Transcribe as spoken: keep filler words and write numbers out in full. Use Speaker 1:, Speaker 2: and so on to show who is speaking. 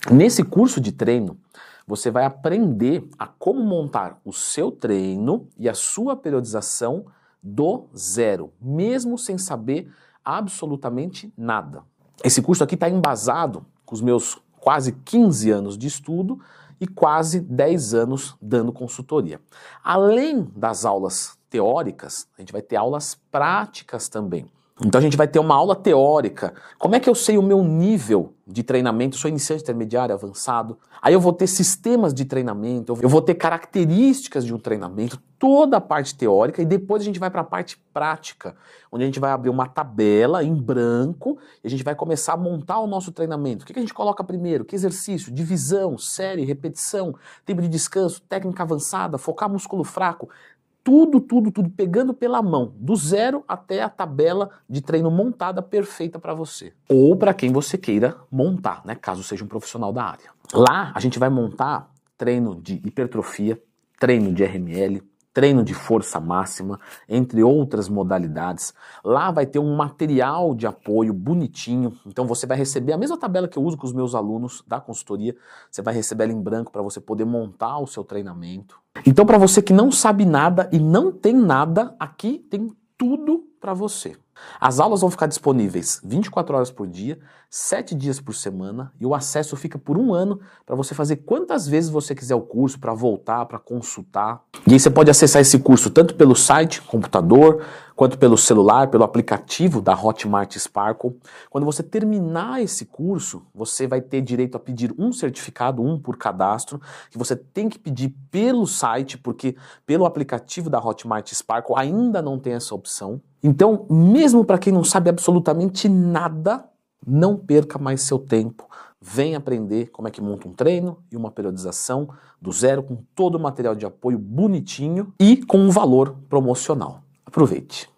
Speaker 1: Nesse curso de treino, você vai aprender a como montar o seu treino e a sua periodização do zero, mesmo sem saber absolutamente nada. Esse curso aqui está embasado com os meus quase quinze anos de estudo e quase dez anos dando consultoria. Além das aulas teóricas, a gente vai ter aulas práticas também. Então a gente vai ter uma aula teórica. Como é que eu sei o meu nível de treinamento? Eu sou iniciante, intermediário, avançado. Aí eu vou ter sistemas de treinamento, eu vou ter características de um treinamento, toda a parte teórica, e depois a gente vai para a parte prática, onde a gente vai abrir uma tabela em branco e a gente vai começar a montar o nosso treinamento. O que a gente coloca primeiro? Que exercício? Divisão, série, repetição, tempo de descanso, técnica avançada, focar músculo fraco. Tudo, tudo, tudo pegando pela mão, do zero até a tabela de treino montada perfeita para você. Ou para quem você queira montar, né? Caso seja um profissional da área. Lá a gente vai montar treino de hipertrofia, treino de R M L, treino de força máxima, entre outras modalidades. Lá vai ter um material de apoio bonitinho, então você vai receber a mesma tabela que eu uso com os meus alunos da consultoria, você vai receber ela em branco para você poder montar o seu treinamento. Então, para você que não sabe nada e não tem nada, aqui tem tudo para você. As aulas vão ficar disponíveis vinte e quatro horas por dia, sete dias por semana, e o acesso fica por um ano para você fazer quantas vezes você quiser o curso, para voltar, para consultar. E aí você pode acessar esse curso tanto pelo site, computador, quanto pelo celular, pelo aplicativo da Hotmart Sparkle. Quando você terminar esse curso, você vai ter direito a pedir um certificado, um por cadastro, que você tem que pedir pelo site, porque pelo aplicativo da Hotmart Sparkle ainda não tem essa opção. Então, mesmo para quem não sabe absolutamente nada, não perca mais seu tempo. Vem aprender como é que monta um treino e uma periodização do zero, com todo o material de apoio bonitinho e com um valor promocional. Aproveite!